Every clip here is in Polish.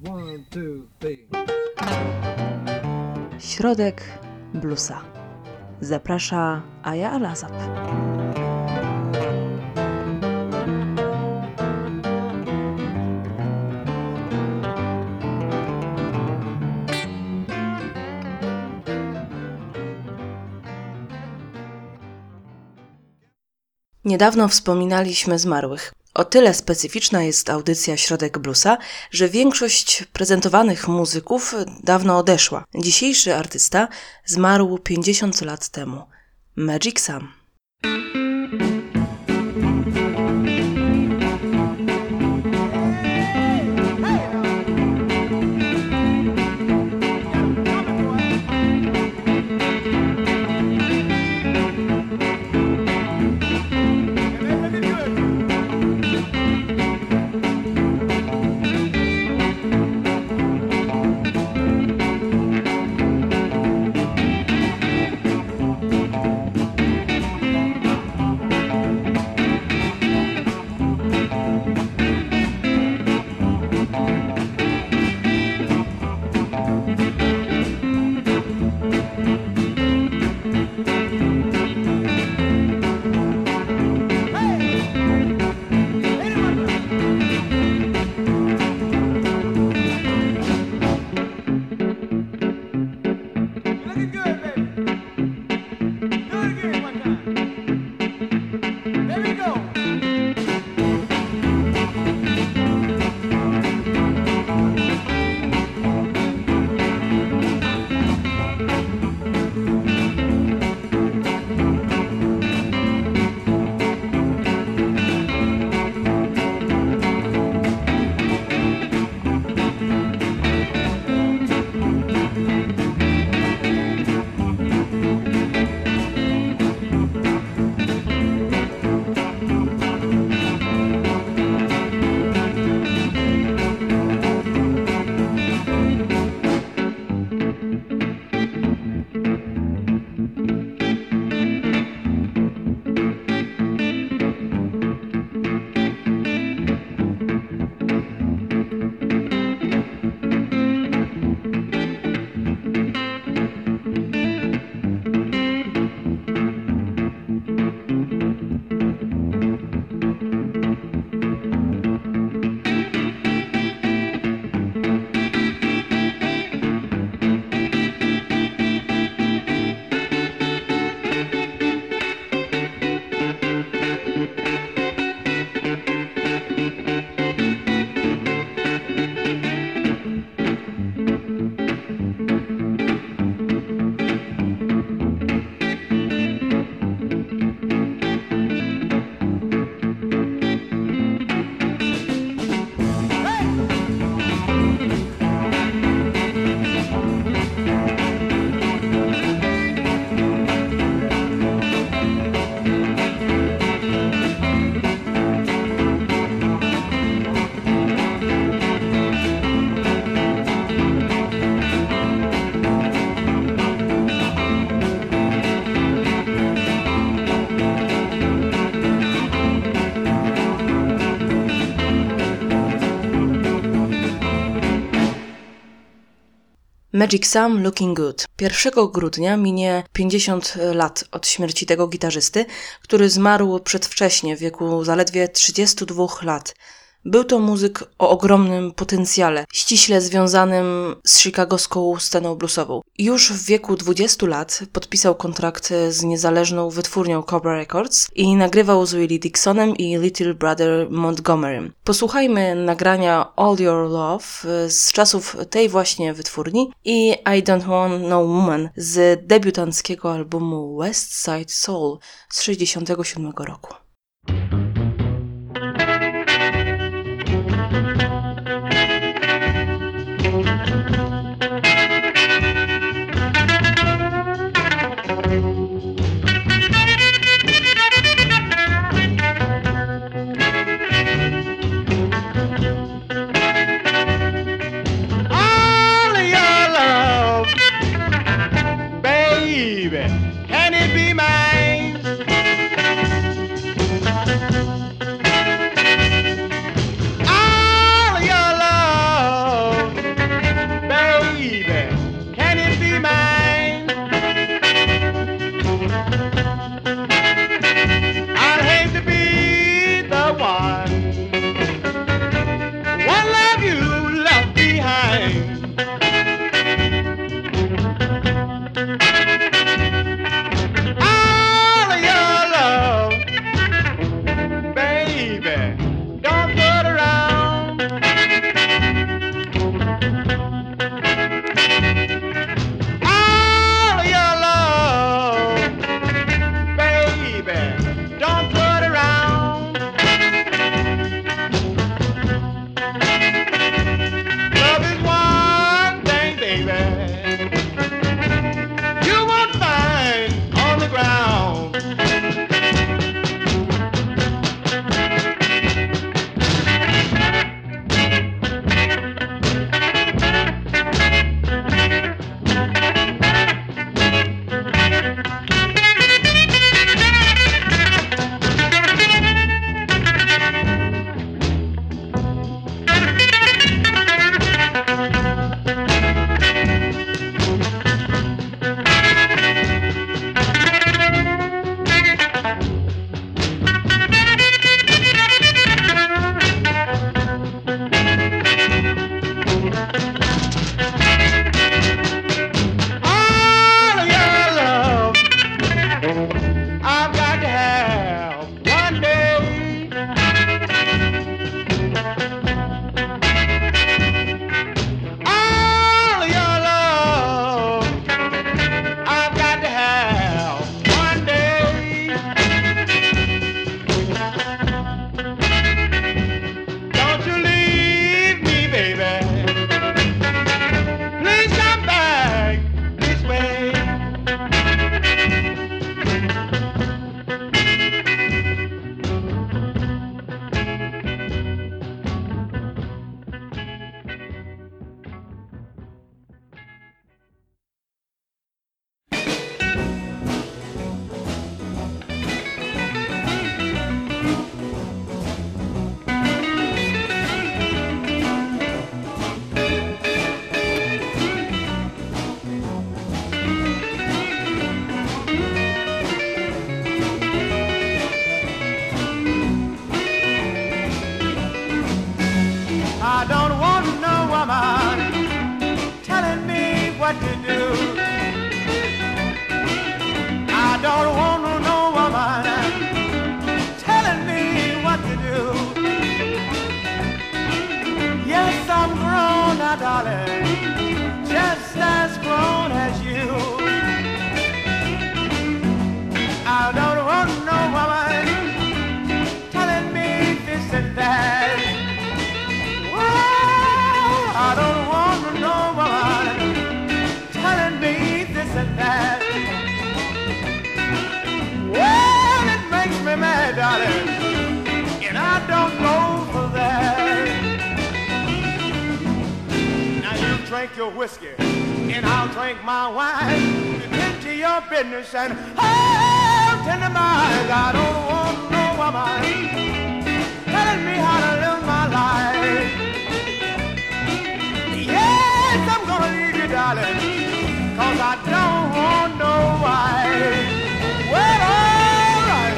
One, two, three. Środek bluesa. Zaprasza Aja Alazab. Niedawno wspominaliśmy zmarłych. O tyle specyficzna jest audycja Środek Bluesa, że większość prezentowanych muzyków dawno odeszła. Dzisiejszy artysta zmarł 50 lat temu. Magic Sam. Magic Sam Looking Good. 1 grudnia minie 50 lat od śmierci tego gitarzysty, który zmarł przedwcześnie w wieku zaledwie 32 lat. Był to muzyk o ogromnym potencjale, ściśle związanym z chicagowską sceną bluesową. Już w wieku 20 lat podpisał kontrakt z niezależną wytwórnią Cobra Records i nagrywał z Willie Dixonem i Little Brother Montgomerym. Posłuchajmy nagrania All Your Love z czasów tej właśnie wytwórni i I Don't Want No Woman z debiutanckiego albumu West Side Soul z 1967 roku. Can it be mine? my darling, just as grown as you. I don't want no woman telling me this and that. Well, I don't want no woman telling me this and that. Well, it makes me mad, darling, and I don't go for that. Now you drink your whiskey, and I'll drink my wine. You get to your business and hold tender minds. I don't want no woman telling me how to live my life. Yes, I'm gonna leave you, darling, 'cause I don't want no wife. Well, all right.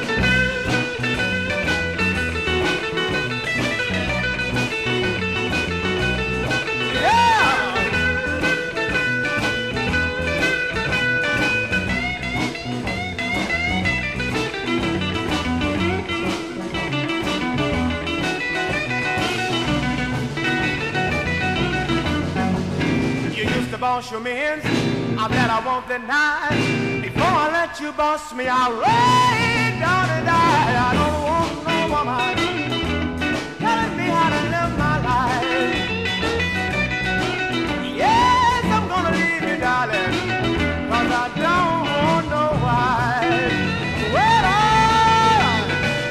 Yeah. You used to boss your men, I bet I won't deny. Before I let you boss me, I'll lay down and die. I don't want no woman telling me how to live my life. Yes, I'm gonna leave you, darling, 'cause I don't want no wife. Well, all right.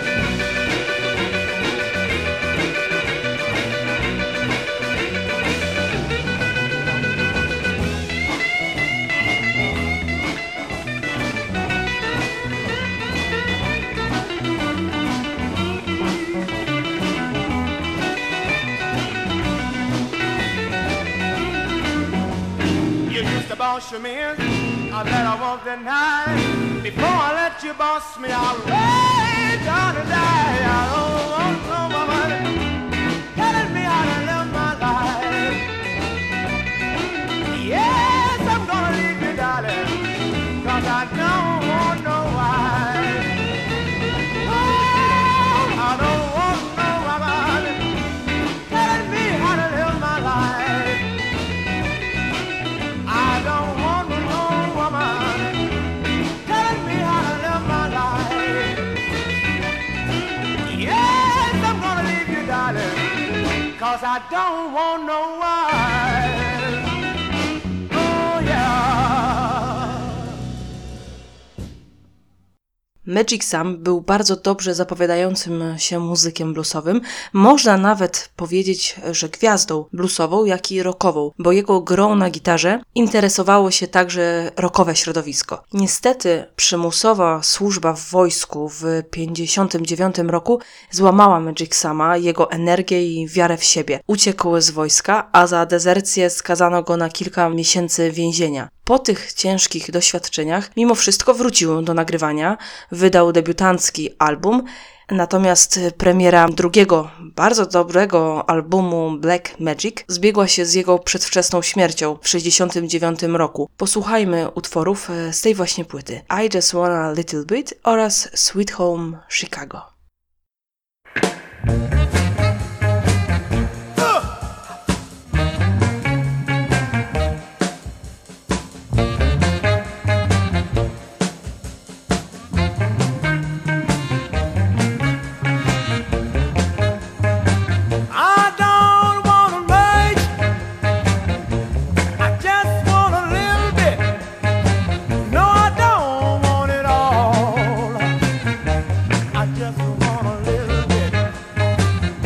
You used to boss your men, I bet I won't deny. Before I let you boss me, I'll lay down and die. I don't want no woman telling me how to live my life. Yes, I'm gonna leave you, darling, 'cause I don't want no wife. Oh, I don't want no woman telling me how to live my life. I don't want no woman telling me how to live my life. Yes, I'm gonna leave you, darling, 'cause I don't want no wife. Oh, yeah. Magic Sam był bardzo dobrze zapowiadającym się muzykiem bluesowym, można nawet powiedzieć, że gwiazdą bluesową, jak i rockową, bo jego grą na gitarze interesowało się także rockowe środowisko. Niestety przymusowa służba w wojsku w 1959 roku złamała Magic Sama, jego energię i wiarę w siebie. Uciekł z wojska, a za dezercję skazano go na kilka miesięcy więzienia. Po tych ciężkich doświadczeniach mimo wszystko wrócił do nagrywania, wydał debiutancki album, natomiast premiera drugiego, bardzo dobrego albumu Black Magic zbiegła się z jego przedwczesną śmiercią w 1969 roku. Posłuchajmy utworów z tej właśnie płyty. I Just Wanna Little Bit oraz Sweet Home Chicago. I just want a little bit.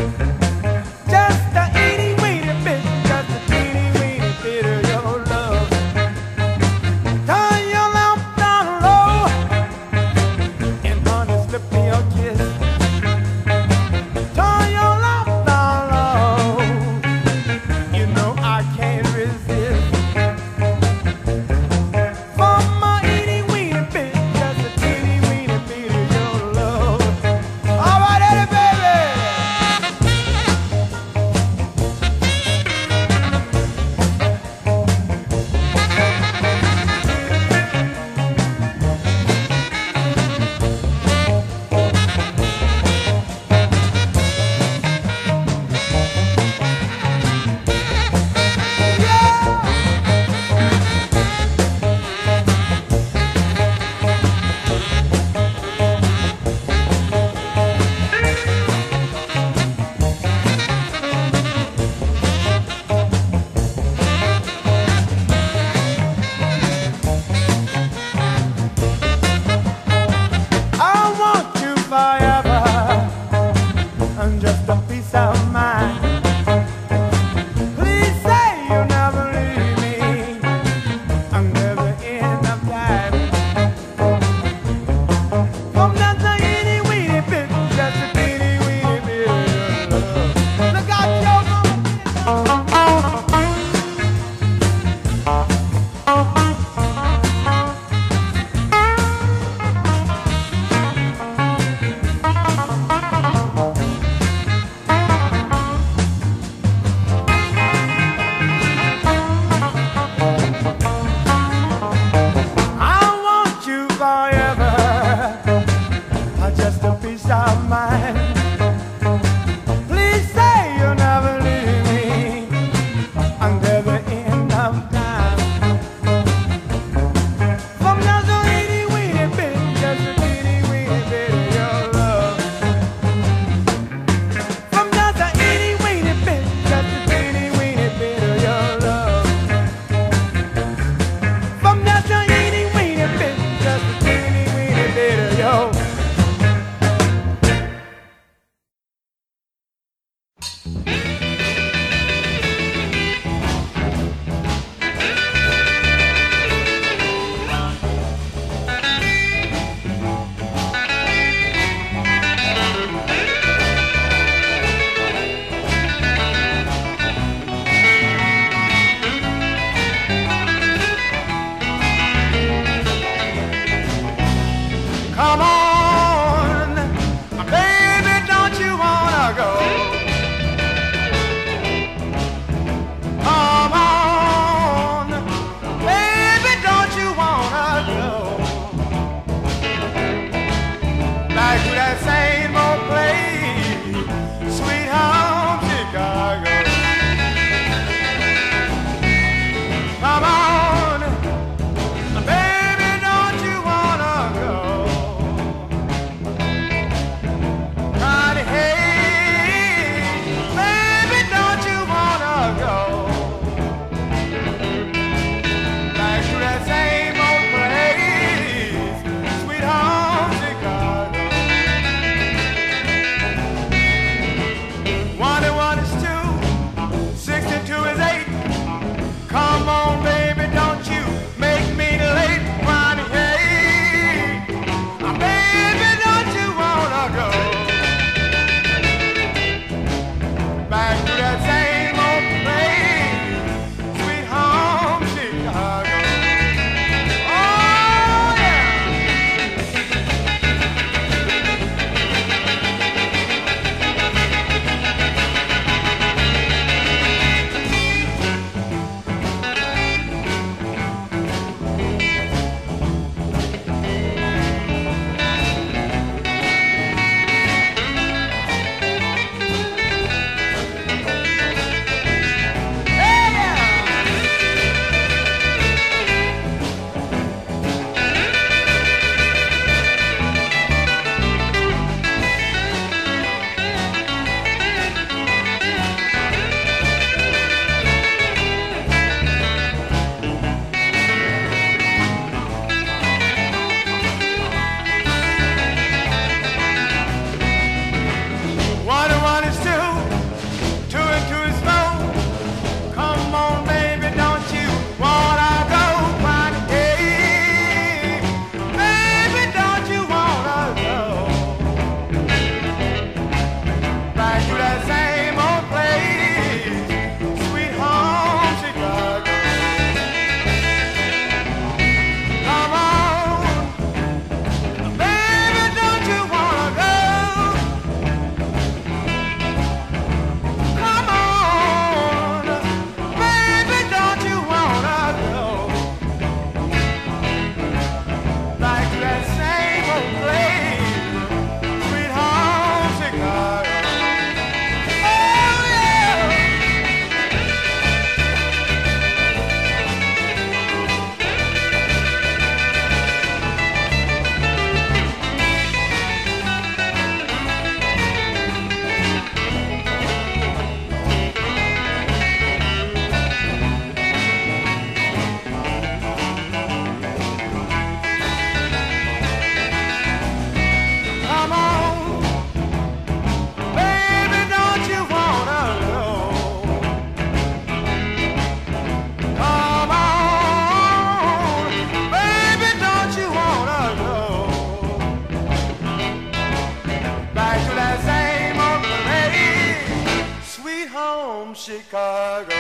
Chicago.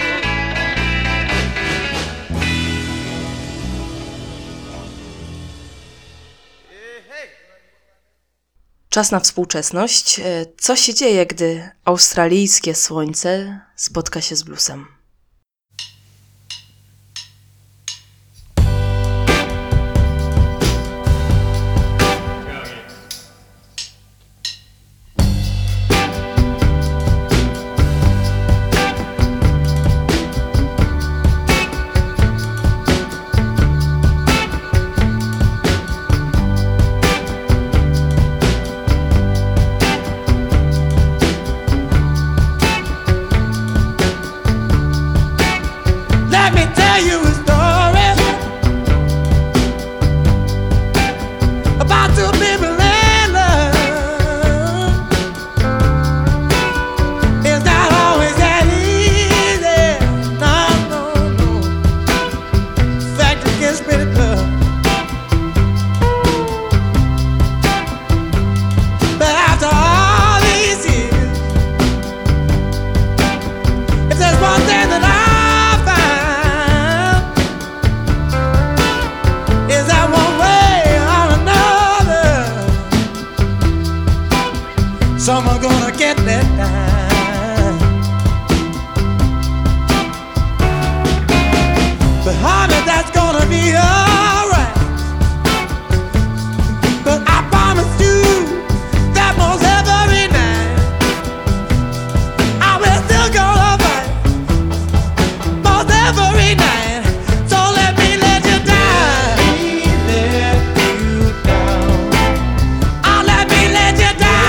Czas na współczesność. Co się dzieje, gdy australijskie słońce spotka się z bluesem? Someone gonna get that time. But honey, that's gonna be alright. But I promise you that most every night I will still gonna fight. Most every night. So let me let you down. Let you down. Oh, let me let you down.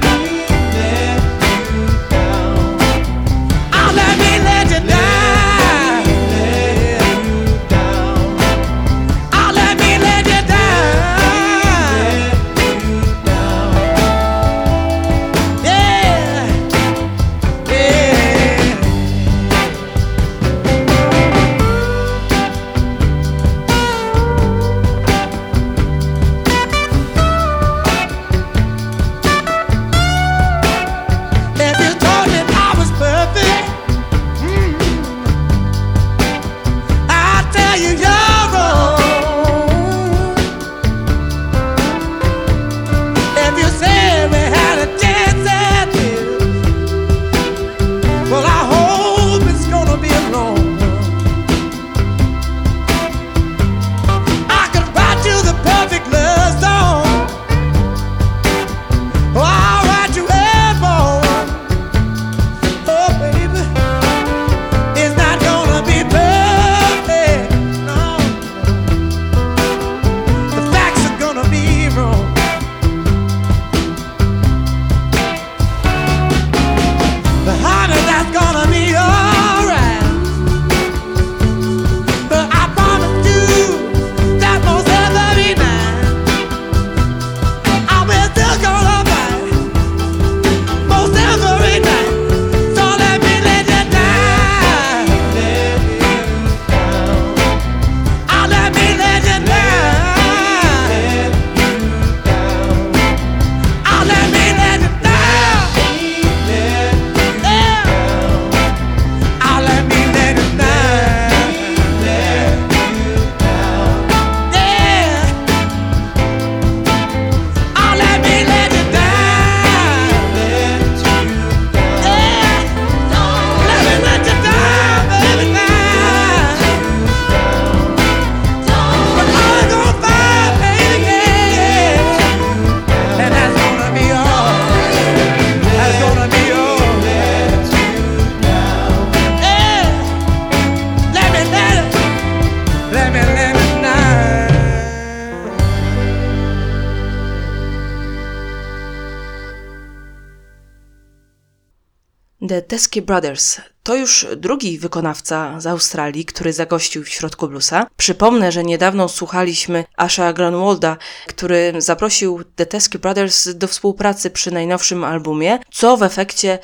The Teskey Brothers to już drugi wykonawca z Australii, który zagościł w środku bluesa. Przypomnę, że niedawno słuchaliśmy Asha Grunwalda, który zaprosił The Teskey Brothers do współpracy przy najnowszym albumie, co w efekcie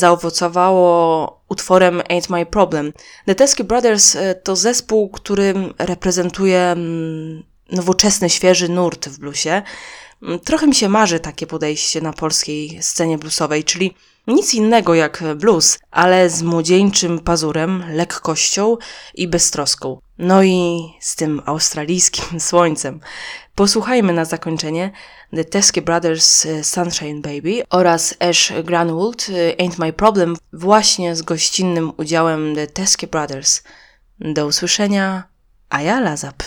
zaowocowało utworem Ain't My Problem. The Teskey Brothers to zespół, który reprezentuje nowoczesny, świeży nurt w bluesie. Trochę mi się marzy takie podejście na polskiej scenie bluesowej, czyli Nic innego jak blues, ale z młodzieńczym pazurem, lekkością i beztroską. No i z tym australijskim słońcem. Posłuchajmy na zakończenie The Teskey Brothers Sunshine Baby oraz Ash Grunwald Ain't My Problem właśnie z gościnnym udziałem The Teskey Brothers. Do usłyszenia, a ja Lazap.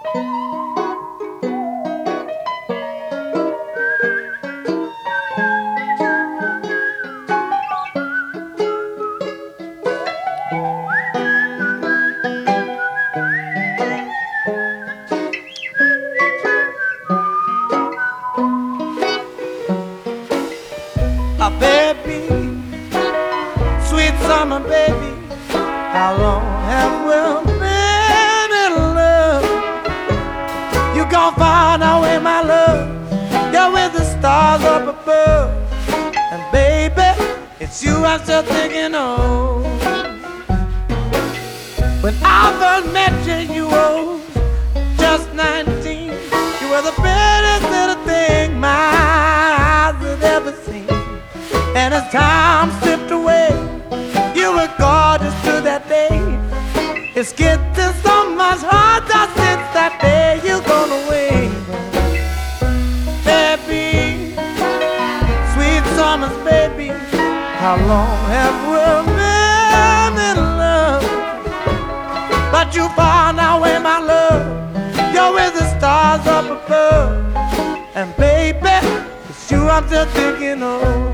Baby, sweet summer baby, how long have we been in love? You gon' find out where my love, you're with the stars up above. And baby, it's you I'm still thinking of. When I first met you, you were just 19. You were the prettiest little thing my eyes had ever seen. And as time slipped away, you were gorgeous to that day. It's getting so much harder since that day you gone away. Baby, sweet summers, baby, how long have we been in love? But you found out where my love, you're with the stars up above. And baby, it's you I'm still thinking of.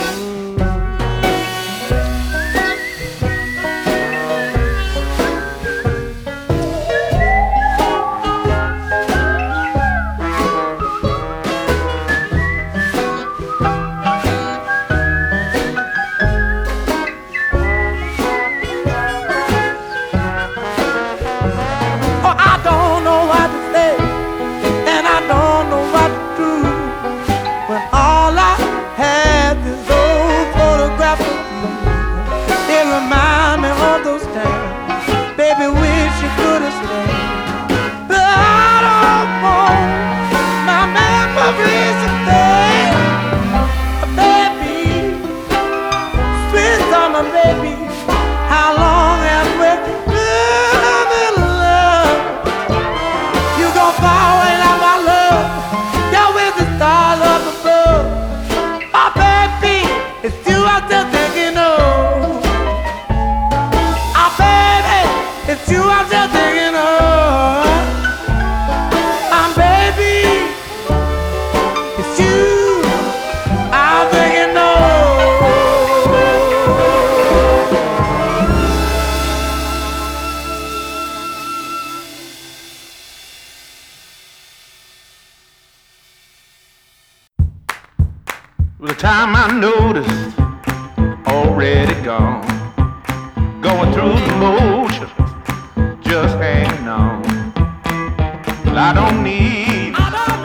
The time I noticed, already gone. Going through the motion, just hanging on. Well, I don't need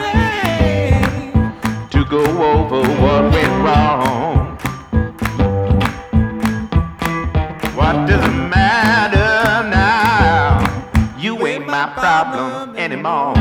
to go over what went wrong. What does it matter now? You ain't my problem anymore.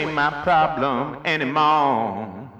ain't my problem anymore.